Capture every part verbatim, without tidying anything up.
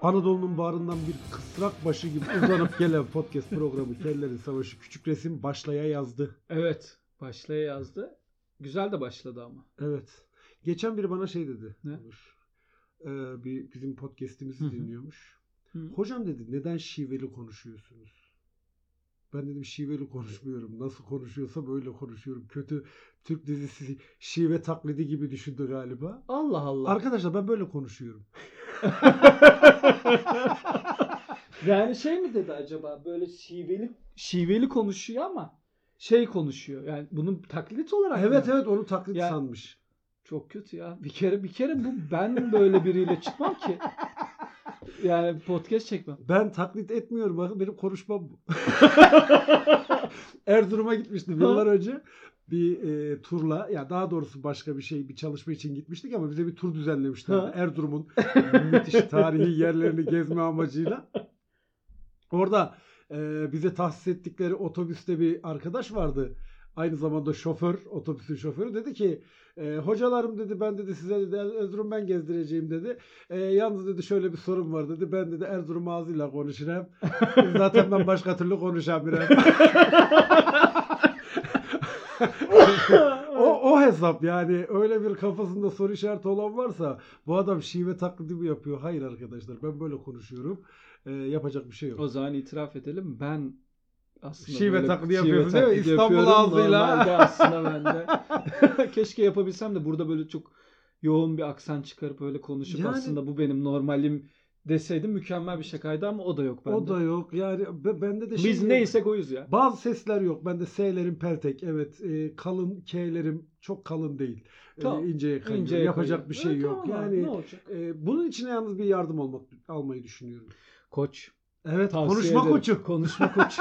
Anadolu'nun bağrından bir kısrak başı gibi uzanıp gelen podcast programı Kellerin Savaşı Küçük Resim başlaya yazdı. Evet, başlaya yazdı. Güzel de başladı ama. Evet. Geçen biri bana şey dedi. Ne? Ee, bir bizim podcast'imizi Hı-hı. dinliyormuş. Hı. Hocam dedi, neden şiveli konuşuyorsunuz? Ben dedim şiveli konuşmuyorum. Nasıl konuşuyorsa böyle konuşuyorum. Kötü Türk dizisi şive taklidi gibi düşündü galiba. Allah Allah. Arkadaşlar ben böyle konuşuyorum. Yani şey mi dedi acaba, böyle şiveli şiveli konuşuyor ama şey konuşuyor. Yani bunun taklit olarak Evet mı? evet onu taklit Ya- sanmış. Çok kötü ya. Bir kere bir kere bu ben böyle biriyle çıkmam ki. Yani podcast çekmem. Ben taklit etmiyorum. Bakın benim konuşmam bu. Erzurum'a gitmiştim yıllar önce. Bir e, turla, ya daha doğrusu başka bir şey, bir çalışma için gitmiştik ama bize bir tur düzenlemişlerdi. Ha. Erzurum'un müthiş tarihi yerlerini gezme amacıyla. Orada e, bize tahsis ettikleri otobüste bir arkadaş vardı. Aynı zamanda şoför, otobüsün şoförü dedi ki e, hocalarım dedi, ben dedi size dedi Erzurum ben gezdireceğim dedi. E, yalnız dedi şöyle bir sorun var dedi. Ben dedi Erzurum ağzıyla konuşurum. Zaten ben başka türlü konuşamıyorum. o, o hesap yani, öyle bir kafasında soru işareti olan varsa bu adam şive taklidi mi yapıyor? Hayır arkadaşlar, ben böyle konuşuyorum. E, yapacak bir şey yok. O zaman itiraf edelim, ben aslında Şive böyle taklidi şive yapıyorsun değil mi? taklidi İstanbul yapıyorum. ağzıyla. Normalde aslında ben de. Keşke yapabilsem de burada böyle çok yoğun bir aksan çıkarıp öyle konuşup Yani- aslında bu benim normalim deseydim mükemmel bir şakaydı ama o da yok bende. O da yok. Yani be- bende de Biz şey yok. neysek oyuz ya. Bazı sesler yok. Bende S'lerim peltek. Evet. E, kalın K'lerim çok kalın değil. E, Tamam. inceye kayıyor. İnceye Yapacak kayıyor. bir şey Evet, yok. tamam abi, Yani ne olacak? e, bunun içine yalnız bir yardım olmak almayı düşünüyorum. Koç. Evet. Tavsiye Konuşma ederim. koçu. Konuşma koçu.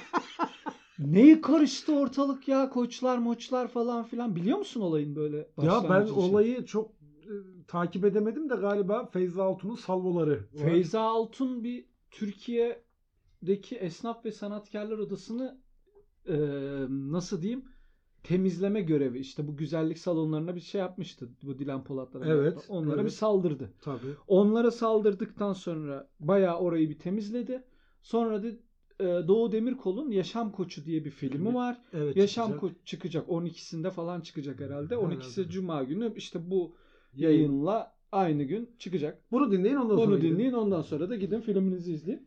Neyi karıştı ortalık ya, koçlar moçlar falan filan, biliyor musun olayın böyle Ya ben başlangıcı için? olayı çok e, takip edemedim de galiba Feyza Altun'un salvoları var. Feyza Altun bir Türkiye'deki esnaf ve sanatkarlar odasını e, nasıl diyeyim, temizleme görevi, işte bu güzellik salonlarına bir şey yapmıştı bu Dilan Polatlara. Evet, Onlara evet. bir saldırdı. Tabii. Onlara saldırdıktan sonra bayağı orayı bir temizledi. Sonra da e, Doğu Demirkol'un Yaşam Koçu diye bir filmi Filmi. var. Evet. Yaşam çıkacak. Koç çıkacak. on ikisinde falan çıkacak herhalde. on ikisi Herhalde. Cuma günü, işte bu Yayın. yayınla aynı gün çıkacak. Bunu dinleyin ondan sonra. Bunu gidin. dinleyin, ondan sonra da gidin filminizi izleyin.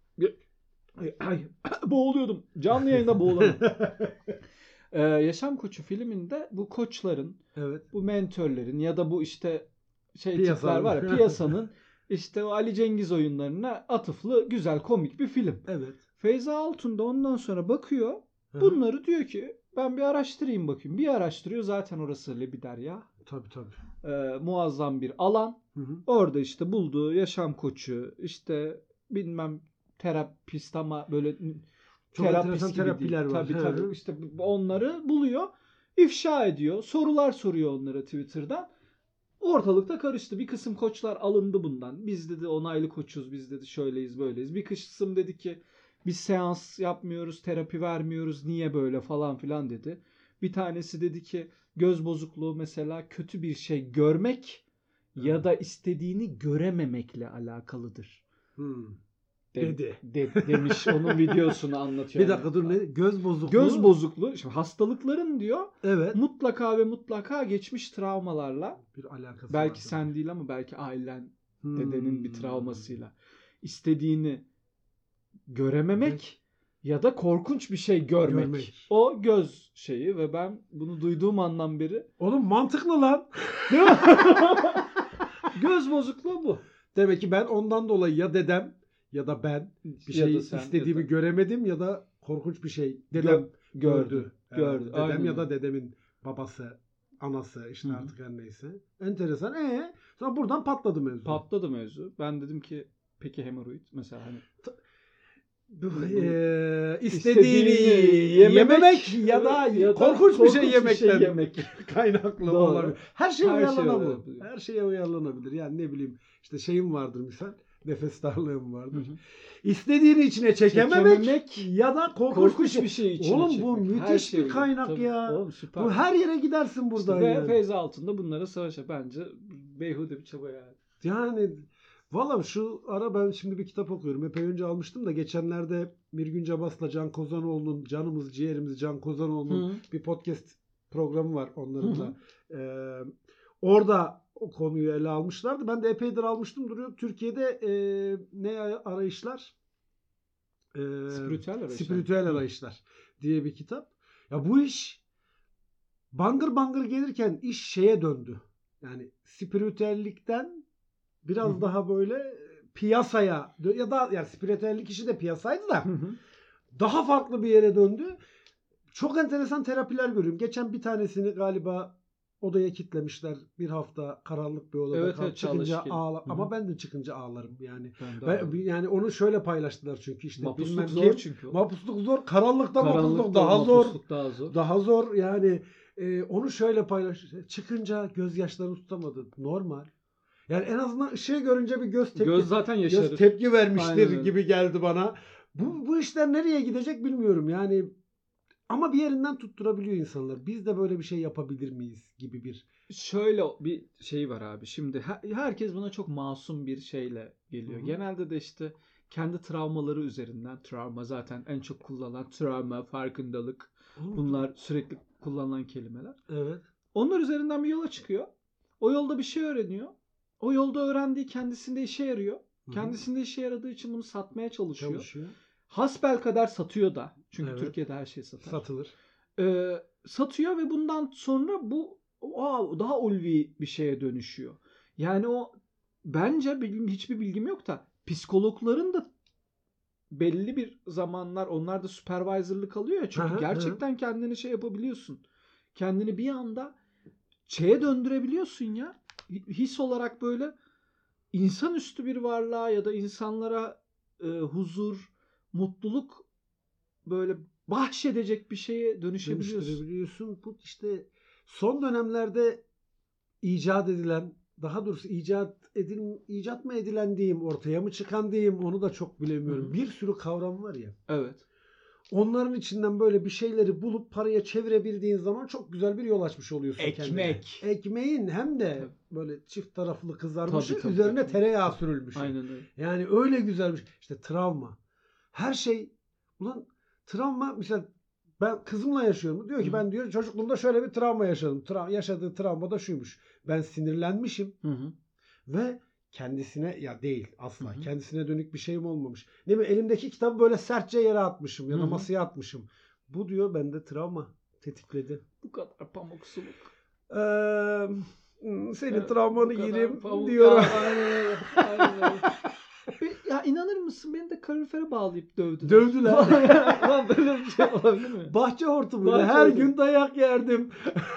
Ay, ay, boğuluyordum. Canlı yayında boğulamam. Ee, Yaşam Koçu filminde bu koçların, Evet. bu mentörlerin ya da bu işte şey Piyasanın. tipler var ya, piyasanın işte o Ali Cengiz oyunlarına atıflı güzel komik bir film. Evet. Feyza Altun da ondan sonra bakıyor. Hı hı. Bunları diyor ki ben bir araştırayım bakayım. Bir araştırıyor, zaten orası Lebiderya. Tabii tabii. Ee, muazzam bir alan. Hı hı. Orada işte bulduğu yaşam koçu, işte bilmem terapist ama böyle Çok enteresan gibi terapiler değil. var. Tabii Hı tabii. hı. İşte onları buluyor, ifşa ediyor, sorular soruyor onlara Twitter'dan. Ortalıkta karıştı. Bir kısım koçlar alındı bundan. Biz dedi onaylı koçuz, biz dedi şöyleyiz böyleyiz. Bir kısım dedi ki biz seans yapmıyoruz, terapi vermiyoruz, niye böyle falan filan dedi. Bir tanesi dedi ki göz bozukluğu mesela kötü bir şey görmek ya da istediğini görememekle alakalıdır. Hmm. De- Dedi. de- demiş, onun videosunu anlatıyor. Bir dakika dur, ne? Göz bozukluğu. Göz bozukluğu, şimdi hastalıkların diyor Evet. mutlaka ve mutlaka geçmiş travmalarla, Bir alakası belki vardır. sen değil ama belki ailen, Hmm. dedenin bir travmasıyla istediğini görememek ya da korkunç bir şey görmek. Görmek. O göz şeyi ve ben bunu duyduğum andan beri Oğlum mantıklı lan. değil mi? Göz bozukluğu bu. Demek ki ben ondan dolayı ya dedem ya da ben bir Ya şey da sen, istediğimi ya da- göremedim ya da korkunç bir şey dedem Gö- gördü. gördü. Herhalde. Gördü. Dedem Aynen ya da öyle. dedemin babası, anası işte Hı hı. artık her neyse. Enteresan. Ee, sonra buradan patladı mevzu. Patladı mevzu. Ben dedim ki peki hemoroid mesela hani Ee, İstediğini istediğini yememek yememek ya da, ya da korkunç, bir şey korkunç bir yemekten şey yemek. kaynaklı Doğru. olabilir. Her şeye Her şeye uyarlanabilir. uyarlanabilir. Her şeye uyarlanabilir. Yani ne bileyim işte şeyim vardır misal. Nefes darlığım vardır. Hı hı. İstediğini içine çekememek, Çekememek ya da korkunç, korkunç bir şey. bir şey içine Oğlum çekmek. bu Her müthiş şey bir kaynak tabii. ya. Oğlum süper. Bu her yere gidersin buradan İşte ve yani. Feyza Altun da bunlara savaşa, bence beyhude bir çaba yani. Yani Valla şu ara ben şimdi bir kitap okuyorum. Epey önce almıştım da geçenlerde Mirgün Cabas'la Can Kozanoğlu'nun Canımız Ciğerimiz Can Kozanoğlu'nun Hı. bir podcast programı var onların Hı hı. da. Ee, orada o konuyu ele almışlardı. Ben de epeydir almıştım duruyor. Türkiye'de e, ne arayışlar? Ee, Spiritüel arayışlar. Spiritüel arayışlar diye bir kitap. Ya bu iş bangır bangır gelirken iş şeye döndü. Yani spiritüellikten biraz Hı hı. daha böyle piyasaya ya da yani spiritüellik işi de piyasaydı da Hı hı. daha farklı bir yere döndü. Çok enteresan terapiler görüyorum. Geçen bir tanesini galiba odaya kitlemişler. Bir hafta karanlık bir odada Evet, kal- evet, çıkınca Çağla Şikel. ağla Hı hı. ama ben de çıkınca ağlarım yani. Ben de Ben, anladım. yani onu şöyle paylaştılar çünkü işte Mapusluk bilmem zor kim. çünkü. o. Mapusluk zor. Karanlıkta, Karanlıkta mapusluk daha zor. mapusluk daha zor. Daha zor yani e, onu şöyle paylaş. Çıkınca gözyaşlarını tutamadı. Normal. Yani en azından ışığı görünce bir göz tepki, Göz zaten yaşarır. göz tepki vermiştir Aynen öyle. gibi geldi bana. Bu, bu işler nereye gidecek bilmiyorum yani. Ama bir yerinden tutturabiliyor insanlar. Biz de böyle bir şey yapabilir miyiz gibi bir. Şöyle bir şey var abi. Şimdi her- herkes buna çok masum bir şeyle geliyor. Hı hı. Genelde de işte kendi travmaları üzerinden, travma zaten en çok kullanılan travma, farkındalık. Bunlar sürekli kullanılan kelimeler. Evet. Onlar üzerinden bir yola çıkıyor. O yolda bir şey öğreniyor. O yolda öğrendiği kendisinde işe yarıyor. Hı hı. Kendisinde işe yaradığı için bunu satmaya çalışıyor. Çalışıyor. Hasbelkader satıyor da. Çünkü Evet. Türkiye'de her şey satar. Satılır. Ee, satıyor ve bundan sonra bu aa, daha ulvi bir şeye dönüşüyor. Yani o bence bilgim, hiçbir bilgim yok da psikologların da belli bir zamanlar onlar da supervisor'lık alıyor ya çünkü Hı hı, gerçekten kendini şey yapabiliyorsun. Kendini bir anda şeye döndürebiliyorsun ya. His olarak böyle insanüstü bir varlığa ya da insanlara e, huzur, mutluluk böyle bahşedecek bir şeye dönüşebiliyorsun. Dönüştürebiliyorsun. Bu işte son dönemlerde icat edilen, daha doğrusu icat edil, icat mı edilen diyeyim, ortaya mı çıkan diyeyim onu da çok bilemiyorum. Hı hı. Bir sürü kavram var ya. Evet. Onların içinden böyle bir şeyleri bulup paraya çevirebildiğin zaman çok güzel bir yol açmış oluyorsun Ekmek. kendine. Ekmeğin hem de böyle çift taraflı kızarmış Tabii, tabii, üzerine tabii. tereyağı sürülmüş. Aynen öyle. Yani öyle güzelmiş. İşte travma. Her şey ulan travma mesela ben kızımla yaşıyorum. Diyor ki Hı. ben diyor çocukluğumda şöyle bir travma yaşadım. Tra- yaşadığı travma da şuymuş. Ben sinirlenmişim Hı hı. ve kendisine ya değil asla. Hı hı. Kendisine dönük bir şeyim olmamış. Değil mi? Elimdeki kitabı böyle sertçe yere atmışım ya da Hı hı. masaya atmışım. Bu diyor bende travma tetikledi. Bu kadar pamuksuluk. Ee, hmm, senin Evet, travmanı bu kadar yerim pamuk- diyorum. Ya, aynen öyle. Aynen öyle. Be- Ya inanır mısın beni de kalorifere bağlayıp dövdüler. Dövdüler. Lan böyle bir şey olabilir mi? Bahçe hortumuyla Bahçe her hortumu. gün dayak yerdim.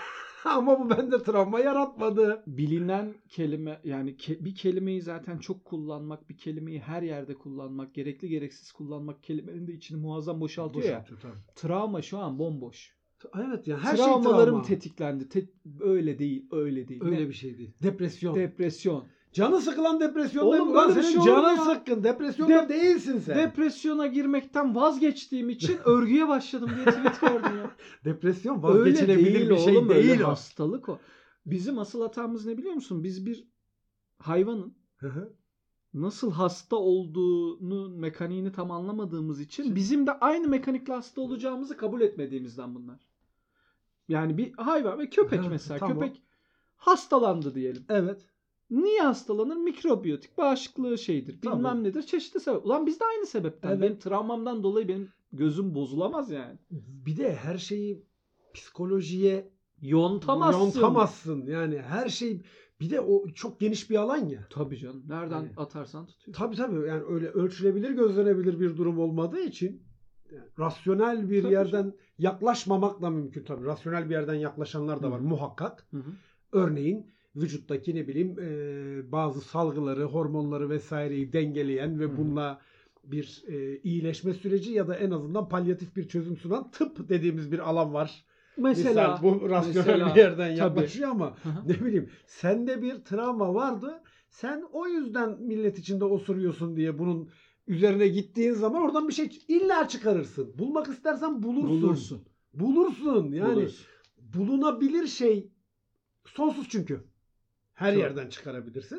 Ama bu bende travma yaratmadı. Bilinen kelime yani ke- bir kelimeyi zaten çok kullanmak, bir kelimeyi her yerde kullanmak, gerekli gereksiz kullanmak kelimenin de içini muazzam boşaltıyor, Boşaltıyor, ya. tabii. Travma şu an bomboş. Evet ya her şey Travmalarım travma. tetiklendi. Te- öyle değil, öyle değil. Öyle Ne? bir şey değil. Depresyon. Depresyon. Canı sıkılan depresyon. Oğlum Oğlum ulan böyle bir senin şey olur mu canın ya? sıkkın. Depresyonda Dep- değilsin sen. Depresyona girmekten vazgeçtiğim için örgüye başladım diye tweet gördüm ya. Depresyon Öyle vazgeçilebilir değil bir şey oğlum, öyle değil o. hastalık o. Bizim asıl hatamız ne biliyor musun? Biz bir hayvanın Hı hı. nasıl hasta olduğunu mekaniğini tam anlamadığımız için bizim de aynı mekanikle hasta olacağımızı kabul etmediğimizden bunlar. Yani bir hayvan ve köpek Ha, mesela. tamam. Köpek hastalandı diyelim. Evet. Niye hastalanır? Mikrobiyotik bağışıklığı şeydir. Bilmem Tamam. nedir. Çeşitli sebep. Ulan biz de aynı sebepten. Evet. Benim travmamdan dolayı benim gözüm bozulamaz yani. Bir de her şeyi psikolojiye Yontamazsın. yontamazsın. Yani her şey bir de o çok geniş bir alan ya. Tabii canım. Nereden Yani. atarsan tutuyor. Tabii tabii yani öyle ölçülebilir, gözlenebilir bir durum olmadığı için yani rasyonel bir Tabii yerden canım. yaklaşmamak da mümkün tabii. Rasyonel bir yerden yaklaşanlar da var Hı hı. muhakkak. Hı hı. Örneğin vücuttaki ne bileyim e, bazı salgıları, hormonları vesaireyi dengeleyen ve Hı hı. bununla bir e, iyileşme süreci ya da en azından palyatif bir çözüm sunan tıp dediğimiz bir alan var. Mesela Misal bu rasyonel mesela, bir yerden tabii. yaklaşıyor ama Hı hı. ne bileyim sende bir travma vardı. Sen o yüzden millet içinde osuruyorsun diye bunun üzerine gittiğin zaman oradan bir şey illa çıkarırsın. Bulmak istersen bulursun. Bulursun. Bulursun. Yani Bulursun. bulunabilir şey sonsuz çünkü. Her Çok. yerden çıkarabilirsin.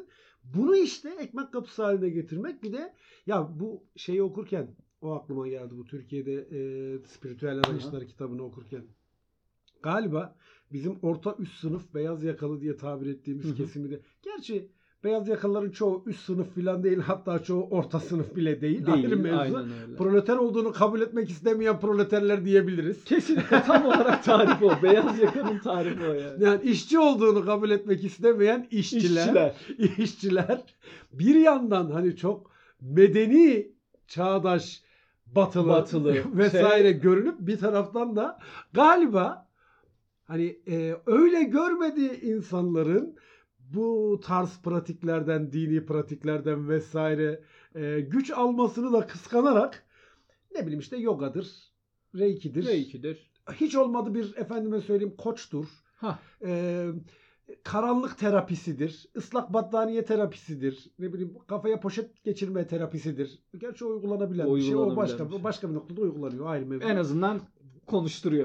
Bunu işte ekmek kapısı haline getirmek. Bir de ya bu şeyi okurken o aklıma geldi, bu Türkiye'de e, spiritüel arayışları kitabını okurken. Galiba bizim orta üst sınıf beyaz yakalı diye tabir ettiğimiz Hı hı. kesimi de. Gerçi beyaz yakalıların çoğu üst sınıf filan değil, hatta çoğu orta sınıf bile değil. Değil, Ayrı mevzu. aynen öyle. Proleter olduğunu kabul etmek istemeyen proleterler diyebiliriz. Kesinlikle tam olarak tarifi o. Beyaz yakanın tarifi o yani. Yani işçi olduğunu kabul etmek istemeyen işçiler, İşçiler. işçiler bir yandan hani çok medeni, çağdaş, batılı, Batılı vesaire şey. görünüp bir taraftan da galiba hani e, öyle görmediği insanların bu tarz pratiklerden, dini pratiklerden vesaire e, güç almasını da kıskanarak, ne bileyim işte yogadır, reikidir. Reikidir. Hiç olmadı bir efendime söyleyeyim koçtur. Hah. Ee, karanlık terapisidir. Islak battaniye terapisidir. Ne bileyim kafaya poşet geçirme terapisidir. Gerçi o uygulanabilen bir şey. O Uygulanabilen başka bir şey. başka bir noktada uygulanıyor. Ayrı mevzu. En azından konuşturuyor.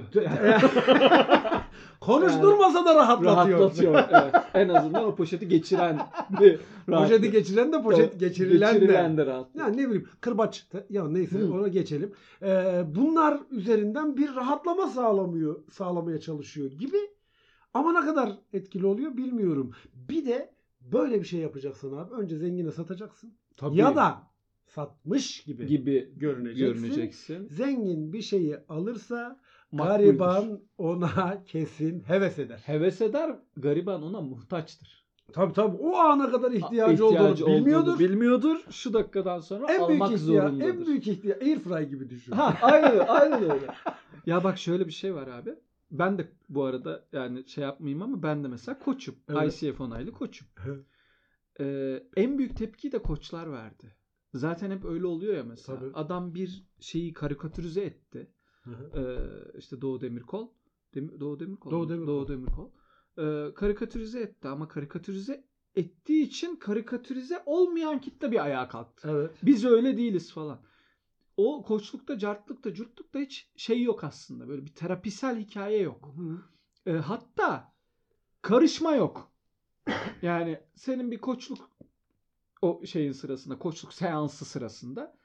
Konuşturmasa da rahatlatıyor. Rahatlatıyor. Evet. En azından o poşeti geçiren bir Poşeti geçiren de poşet geçirilen, geçirilen de. de rahat. Yani ne bileyim kırbaç. Ya neyse Hı. ona geçelim. Ee, bunlar üzerinden bir rahatlama sağlamıyor, sağlamaya çalışıyor gibi. Ama ne kadar etkili oluyor bilmiyorum. Bir de böyle bir şey yapacaksın abi. Önce zengine satacaksın. Tabii. Ya da satmış gibi, gibi görüneceksin. görüneceksin. Zengin bir şeyi alırsa Makbuldür. gariban ona kesin heves eder. Heves eder, gariban ona muhtaçtır. Tabii tabii o ana kadar ihtiyacı, İhtiyacı olduğunu bilmiyordur. olduğunu bilmiyordur. Şu dakikadan sonra En büyük almak ihtiyaç, zorundadır. en büyük ihtiyaç Airfry gibi düşün. Ha, aynen, aynen öyle. Ya bak şöyle bir şey var abi. Ben de bu arada yani şey yapmayayım ama ben de mesela koçum. Evet. I C F onaylı koçum. Ee, en büyük tepkiyi de koçlar verdi. Zaten hep öyle oluyor ya mesela. Tabii. Adam bir şeyi karikatürize etti. Ee, işte Doğu Demirkol. Dem- Doğu Demirkol. Doğu mu? Demirkol. Doğu Demirkol. Ee, karikatürize etti ama karikatürize ettiği için karikatürize olmayan kitle bir ayağa kalktı. Evet. Biz öyle değiliz falan. O koçlukta, cartlıkta, curtlukta hiç şey yok aslında. Böyle bir terapisel hikaye yok. E, hatta karışma yok. Yani senin bir koçluk o şeyin sırasında, koçluk seansı sırasında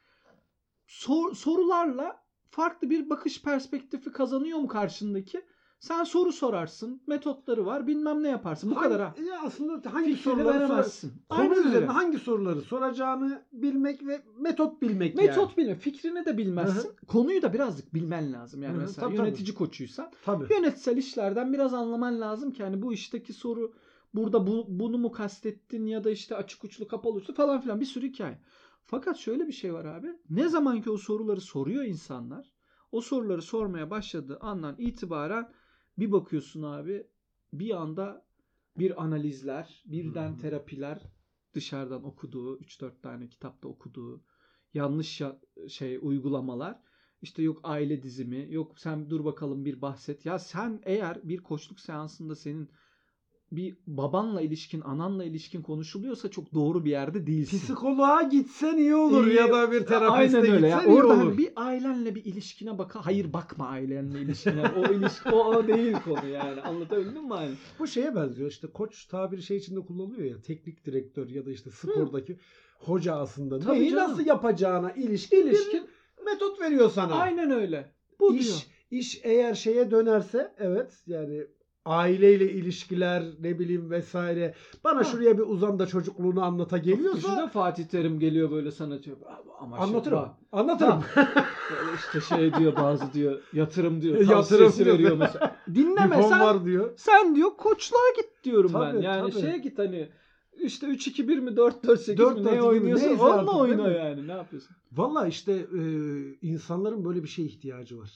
sor, sorularla farklı bir bakış perspektifi kazanıyor mu karşındaki? Sen soru sorarsın, metotları var, bilmem ne yaparsın. Bu hangi, kadar ha. Ya aslında hangi Fikrini soruları veremezsin. sor- konu Aynen öyle. üzerine hangi soruları soracağını bilmek ve metot bilmek Metot yani. bilme, fikrini de bilmezsin. Hı-hı. Konuyu da birazcık bilmen lazım. Yani Hı-hı. mesela Tabii, yönetici tabii. koçuysan Tabii. yönetsel işlerden biraz anlaman lazım ki hani bu işteki soru burada bu, bunu mu kastettin ya da işte açık uçlu kapalı uçlu falan filan bir sürü hikaye. Fakat şöyle bir şey var abi. Ne zaman ki o soruları soruyor insanlar, o soruları sormaya başladığı andan itibaren bir bakıyorsun abi bir anda bir analizler, birden Hmm. terapiler, dışarıdan okuduğu, üç dört tane kitapta okuduğu yanlış ya, şey uygulamalar. İşte yok aile dizimi, yok sen dur bakalım bir bahset. Ya sen eğer bir koçluk seansında senin bir babanla ilişkin, ananla ilişkin konuşuluyorsa çok doğru bir yerde değilsin. Psikoloğa gitsen iyi olur İyi, ya da bir terapiste aynen öyle gitsen ya. iyi Orada olur. hani bir ailenle bir ilişkine bak. Hayır bakma ailenle ilişkine. O ilişki o, o değil konu yani. Anlatabildim mi hani? Bu şeye benziyor. İşte koç tabiri şey içinde kullanılıyor ya. Teknik direktör ya da işte spordaki Hı. hoca aslında. Tabii Neyi canım. nasıl yapacağına ilişkin, ilişkin metot veriyor sana. Aynen öyle. Bu iş, diyor. iş eğer şeye dönerse evet yani aileyle ilişkiler ne bileyim vesaire. Bana Ha. şuraya bir uzan da çocukluğunu anlata geliyorsa. Düşünsene Fatih Terim geliyor böyle sana diyor. Ama Anlatırım. Şey, anlatırım. Böyle işte şey diyor bazı diyor yatırım diyor. Yatırım Tavsiyesi diyor. veriyor mesela. Bir Dinleme fon sen. var diyor. Sen diyor koçluğa git diyorum Tabii, ben. Yani tabii. şeye git hani işte üç iki bir mi dört dört sekiz dört mi dört ne iki mi, oynuyorsun neyse onunla artık, oyna değil mi? yani ne yapıyorsun? Valla işte e, insanların böyle bir şeye ihtiyacı var.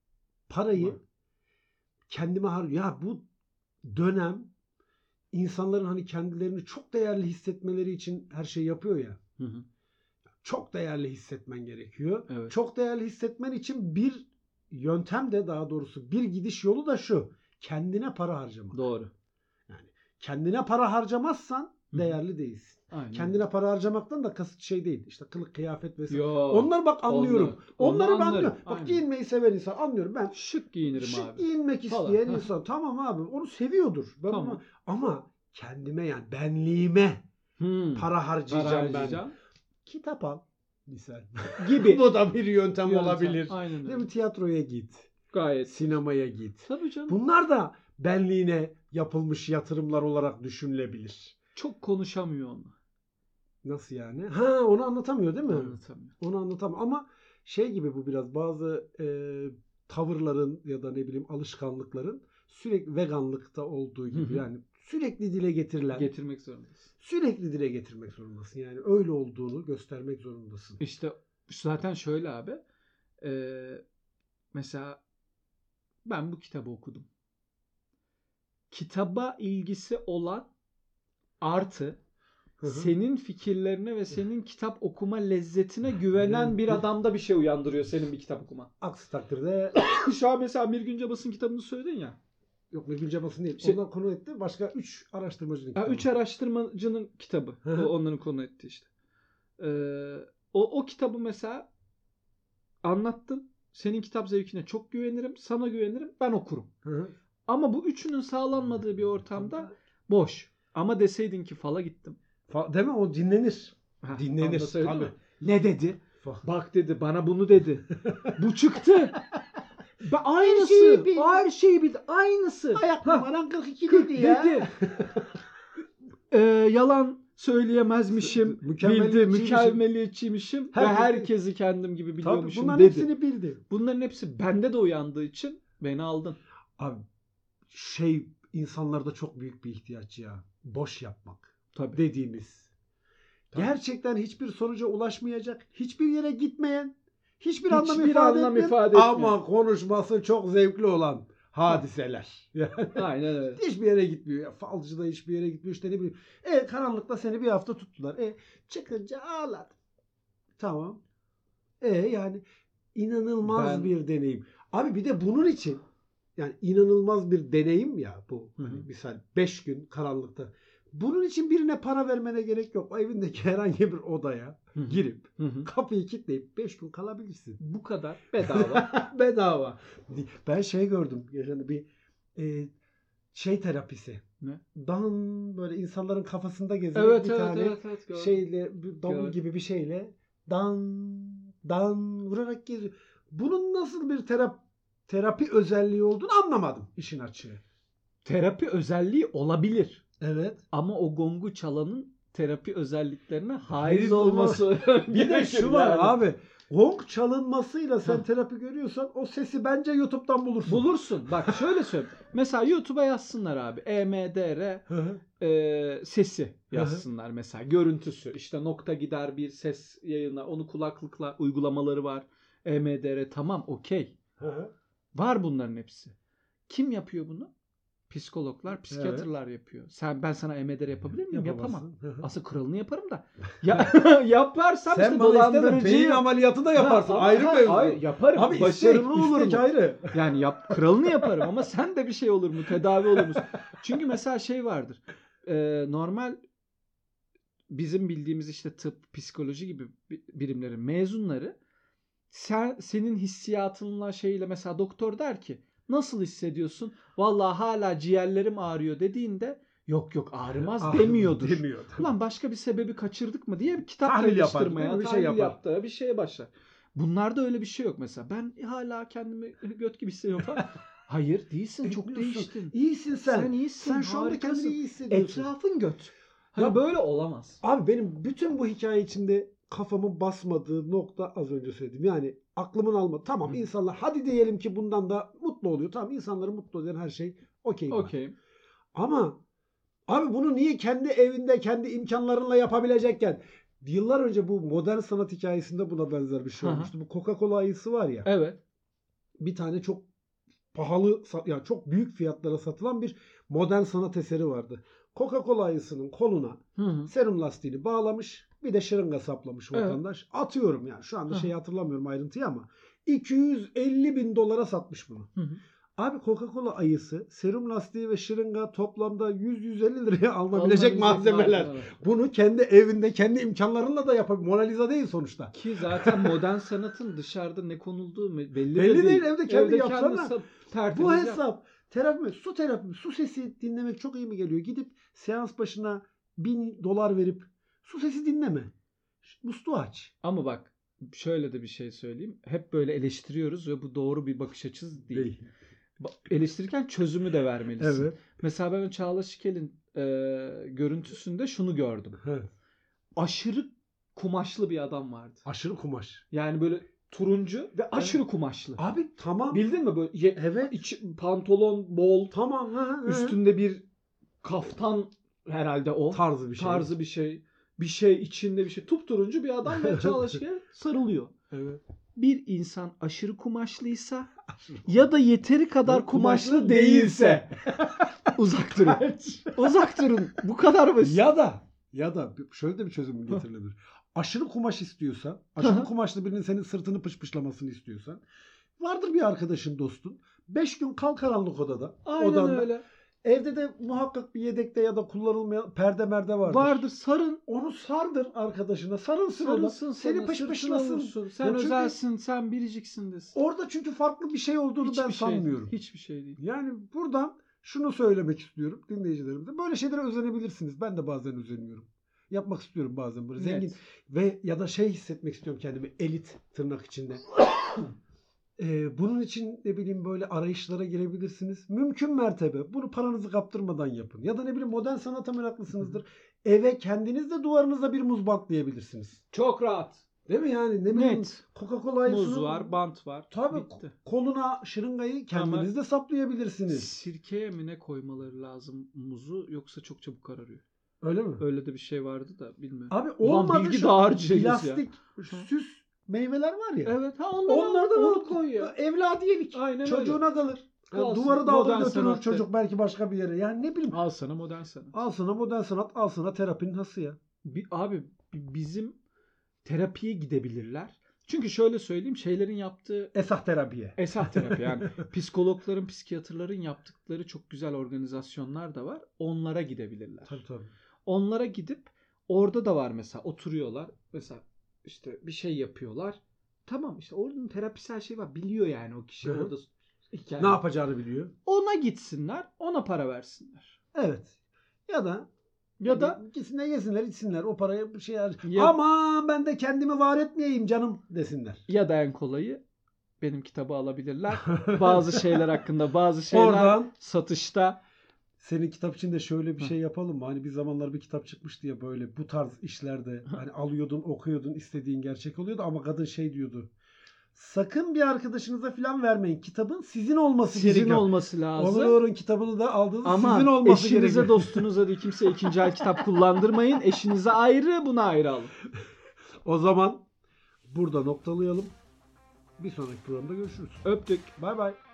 Parayı Var. kendime harcıyor. Ya bu dönem insanların hani kendilerini çok değerli hissetmeleri için her şey yapıyor ya. Hı hı. Çok değerli hissetmen gerekiyor. Evet. Çok değerli hissetmen için bir yöntem de daha doğrusu bir gidiş yolu da şu. Kendine para harcamak. Doğru. Yani kendine para harcamazsan Hı. değerli değilsin. Aynen. Kendine para harcamaktan da kasıt şey değil. İşte kılık kıyafet vesaire. Yo, Onlar bak anlıyorum. onlar- Onları onlar ben anlarım. anlıyorum. Bak Aynen. giyinmeyi seven insan anlıyorum. Ben şık giyinirim şık abi. giyinmek Falan. isteyen Heh. insan tamam abi onu seviyordur. Ben Tamam. bunu- ama kendime yani benliğime Hmm. para harcayacağım, Para ben. harcayacağım. Kitap al misal. Gibi. Bu da bir yöntem, Yöntem. olabilir. Aynen Değil öyle. mi? Tiyatroya git. Gayet. Sinemaya git. Tabii canım. Bunlar da benliğine yapılmış yatırımlar olarak düşünülebilir. Çok konuşamıyor onu. Nasıl yani? Ha, onu anlatamıyor değil mi? Anlatamıyor. Onu anlatamıyor. Ama şey gibi bu biraz bazı e, tavırların ya da ne bileyim alışkanlıkların sürekli veganlıkta olduğu gibi, Hı hı. yani sürekli dile getirilen, Getirmek zorundasın. sürekli dile getirmek zorundasın. Yani öyle olduğunu göstermek zorundasın. İşte zaten şöyle abi. Ee, mesela ben bu kitabı okudum. Kitaba ilgisi olan artı Hı hı. senin fikirlerine ve senin kitap okuma lezzetine güvenen bir adamda bir şey uyandırıyor senin bir kitap okuman. Aksi takdirde Şu an mesela Mirgün Cabas'ın kitabını söyledin ya. yok, Mirgün Cabas'ın değil. Şey- Ondan konu etti. Başka üç araştırmacının Ya, kitabı. üç araştırmacının kitabı. Hı hı. O, onların konu etti işte. Ee, o, o kitabı mesela anlattın. Senin kitap zevkine çok güvenirim. Sana güvenirim. Ben okurum. Hı hı. Ama bu üçünün sağlanmadığı bir ortamda boş. Ama deseydin ki fala gittim. Fa- Değil mi? O dinlenir. Heh, Dinlenir. anlatabildim Tabii. mi? Ne dedi? Fa- Bak dedi, bana bunu dedi. Bu çıktı. Ben aynısı. şeyi bil- Her şeyi bildi. Aynısı. Ayak Ha, numaran kırk iki kırk dedi ya. dedi. Ee, yalan söyleyemezmişim. Mükemmeliyetçiymişim. Bildi. Mükemmeliyetçiymişim. Ve Herkes- herkesi kendim gibi Tabii, biliyormuşum bunların dedi. hepsini bildi. Bunların hepsi bende de uyandığı için beni aldın. Abi şey, insanlarda çok büyük bir ihtiyaç ya. Boş yapmak Tabii. dediğimiz. Tabii. Gerçekten hiçbir sonuca ulaşmayacak, hiçbir yere gitmeyen, hiçbir, anlam Hiçbir ifade anlam etmeyen ifade etmiyor. ama konuşması çok zevkli olan hadiseler. Yani Aynen öyle. hiçbir yere gitmiyor. Ya, falcı da hiçbir yere gitmiyor. İşte ne bileyim. E karanlıkta seni bir hafta tuttular. E çıkınca ağladın. Tamam. E yani inanılmaz Ben- bir deneyim. Abi bir de bunun için, yani inanılmaz bir deneyim ya bu. Hı hı. Hani misal beş gün karanlıkta. Bunun için birine para vermene gerek yok. O evindeki herhangi bir odaya Hı hı. girip Hı hı. kapıyı kilitleyip beş gün kalabilirsin. Bu kadar bedava. Bedava. Ben şey gördüm. Yani bir e, şey terapisi. Ne? Dan böyle insanların kafasında gezen Evet bir evet tane evet evet. gördüm. şeyle, bir davul Gördüm. gibi bir şeyle dan dan vurarak geziyor. Bunun nasıl bir terap terapi özelliği olduğunu anlamadım işin açığı. Terapi özelliği olabilir. Evet. Ama o gongu çalanın terapi özelliklerine Haiz haiz olması- olması. Bir de gerekir şu var yani. abi. Gong çalınmasıyla sen Ha. terapi görüyorsan o sesi bence YouTube'dan bulursun. Bulursun. Bak şöyle söyleyeyim. Mesela YouTube'a yazsınlar abi. E M D R Hı hı. e, sesi yazsınlar mesela. Görüntüsü. İşte nokta gider bir ses yayına. Onu kulaklıkla uygulamaları var. E M D R tamam okey. Hı hı. Var bunların hepsi. Kim yapıyor bunu? Psikologlar, psikiyatrlar yapıyor. Sen ben sana E M D R yapabilir miyim? Yapamam. Yapamazsın. Hı hı. Asıl kralını yaparım da. Ya yaparsam Sen işte bana istedin, dolandırıcıyım. beyin ameliyatı da yaparsın. Ha, ayrı ha, mevzu. hayır, yaparım. Abi Başarılı istek, olur istek mu? ayrı. Yani yap, kralını yaparım ama sen de bir şey olur mu? Tedavi olur musun? Çünkü mesela şey vardır. Ee, normal bizim bildiğimiz işte tıp, psikoloji gibi bi- birimlerin mezunları sen senin hissiyatınla şeyle mesela doktor der ki nasıl hissediyorsun? Vallahi hala ciğerlerim ağrıyor dediğinde yok yok ağrımaz Ah, demiyordur. Demiyor. Ulan başka bir sebebi kaçırdık mı diye bir kitap Tahlil yapar, karıştırmaya, değil mi? Bir şey tahlil yapar. yaptığı bir şeye başlar. Bunlarda öyle bir şey yok mesela. Ben hala kendimi göt gibi hissediyorum falan. Hayır değilsin. Çok Bilmiyorsun. değiştin. İyisin sen. Sen iyisin. Sen şu anda harikasın. kendini iyi hissediyorsun. Etrafın göt. Hani Ya- böyle olamaz. Abi benim bütün bu hikaye içinde kafamın basmadığı nokta az önce söyledim. Yani aklımın almadı. Tamam Hı. insanlar hadi diyelim ki bundan da mutlu oluyor. Tamam, insanları mutlu eden her şey okey. bana. Okey. Ama abi bunu niye kendi evinde kendi imkanlarınla yapabilecekken, yıllar önce bu modern sanat hikayesinde buna benzer bir şey Hı hı. olmuştu. Bu Coca-Cola ayısı var ya. Evet. Bir tane çok pahalı, yani çok büyük fiyatlara satılan bir modern sanat eseri vardı. Coca-Cola ayısının koluna Hı hı. serum lastiğini bağlamış, bir de şırınga saplamış Evet. vatandaş. Atıyorum yani şu anda Hı. şeyi hatırlamıyorum ayrıntıyı ama iki yüz elli bin dolara satmış bunu. Hı hı. Abi Coca-Cola ayısı, serum lastiği ve şırınga toplamda yüz yüz elli liraya alınabilecek Alınabilecek malzemeler. malzemeler. Bunu kendi evinde, kendi imkanlarınla da yapabilir. Mona Lisa değil sonuçta. Ki zaten modern sanatın dışarıda ne konulduğu belli, de Belli değil. değil, evde kendi yapsana. sa- tertemiz Bu yap. hesap terapi mi? Su terapi mi? Su sesi dinlemek çok iyi mi geliyor? Gidip seans başına bin dolar verip Su sesi dinleme. Musluğu aç. Ama bak şöyle de bir şey söyleyeyim. Hep böyle eleştiriyoruz ve bu doğru bir bakış açısı değil. Değil. Ba- Eleştirirken çözümü de vermelisin. Evet. Mesela ben Çağla Şikel'in e, görüntüsünde şunu gördüm. Evet. Aşırı kumaşlı bir adam vardı. Aşırı kumaş. Yani böyle turuncu ve aşırı kumaşlı. Abi tamam. Bildin mi böyle? Ye- Evet. iç- pantolon bol, Tamam. Ha, ha. üstünde bir kaftan herhalde o. Tarzı bir şey. Tarzı bir şey. Bir şey içinde bir şey. Tupturuncu bir adam ve Çağla Şikel sarılıyor. Evet. Bir insan aşırı kumaşlıysa ya da yeteri kadar Yok, kumaşlı, kumaşlı değilse uzak durun. Uzak durun. Bu kadar basit. Ya da ya da şöyle de bir çözüm getirilebilir. Aşırı kumaş istiyorsan, aşırı kumaşlı birinin senin sırtını pışpışlamasını istiyorsan, vardır bir arkadaşın, dostun. Beş gün kal karanlık odada. Aynen odanda. öyle. Evde de muhakkak bir yedekte ya da kullanılmayan perde merde vardır. Vardır, sarın. Onu sardır arkadaşına. Sarılsın, Sarılsın o da. sana, Seni pışpışlasın. vursun. Sen Ya çünkü özelsin, sen biriciksin desin. orada çünkü farklı bir şey olduğunu Hiçbir ben şey sanmıyorum. değil. Hiçbir şey değil. Yani buradan şunu söylemek istiyorum dinleyicilerimize. Böyle şeylere özenebilirsiniz. Ben de bazen özeniyorum. Yapmak istiyorum bazen böyle zengin Evet. ve ya da şey hissetmek istiyorum kendimi, elit tırnak içinde. Ee, bunun için ne bileyim böyle arayışlara girebilirsiniz. Mümkün mertebe bunu paranızı kaptırmadan yapın. Ya da ne bileyim modern sanata meraklısınızdır. Eve kendiniz de duvarınıza bir muz bantlayabilirsiniz. Çok rahat. Değil mi yani? Ne bileyim Net. Coca-Cola'yı Muz sunu- var, bant var. Tabii Bitti. koluna şırıngayı kendiniz de saplayabilirsiniz. Sirkeye mi ne koymaları lazım muzu yoksa çok çabuk kararıyor. Öyle mi? Öyle de bir şey vardı da bilmiyorum. Abi Ulan olmadı bilgi şu dağarcığıyız ya. plastik süs meyveler var ya. Evet ha onlardan, Onlardan onu alıp koy ya. evladiyelik. Aynen Çocuğuna öyle. kalır. Yani Kalsın. duvarı da Modern alır götürür sanatta. çocuk belki başka bir yere. Yani ne bileyim. Al sana modern sanat. Al sana modern sanat, al sana terapinin hası ya. Bir, abi bi- bizim terapiye gidebilirler. Çünkü şöyle söyleyeyim şeylerin yaptığı Esah terapiye. esah terapi yani psikologların, psikiyatrların yaptıkları çok güzel organizasyonlar da var. Onlara gidebilirler. Tabii tabii. Onlara gidip orada da var mesela oturuyorlar. Mesela işte bir şey yapıyorlar. Tamam işte oranın terapisel şey var. Biliyor yani o kişi Hı hı. orada hikaye. Ne yapacağını biliyor. Ona gitsinler, ona para versinler. Evet. Ya da Ya da gitsinler yesinler içsinler o paraya bir şey harc- Ya- Ama ben de kendimi var etmeyeyim canım desinler. ya da en kolayı benim kitabı alabilirler. Bazı şeyler hakkında bazı şeyler Oradan satışta. senin kitap için de şöyle bir şey yapalım mı? Hani bir zamanlar bir kitap çıkmıştı ya böyle bu tarz işlerde hani alıyordun, okuyordun, istediğin gerçek oluyordu ama kadın şey diyordu. Sakın bir arkadaşınıza falan vermeyin. Kitabın sizin olması Sizin gerekiyor. olması lazım. Onur Uğur'un kitabını da aldığınız Ama sizin olması eşinize, gerekiyor. dostunuza değil kimseye ikinci el kitap kullandırmayın. Eşinize ayrı, buna ayrı alın. O zaman burada noktalayalım. Bir sonraki programda görüşürüz. Öptük. Bay bay.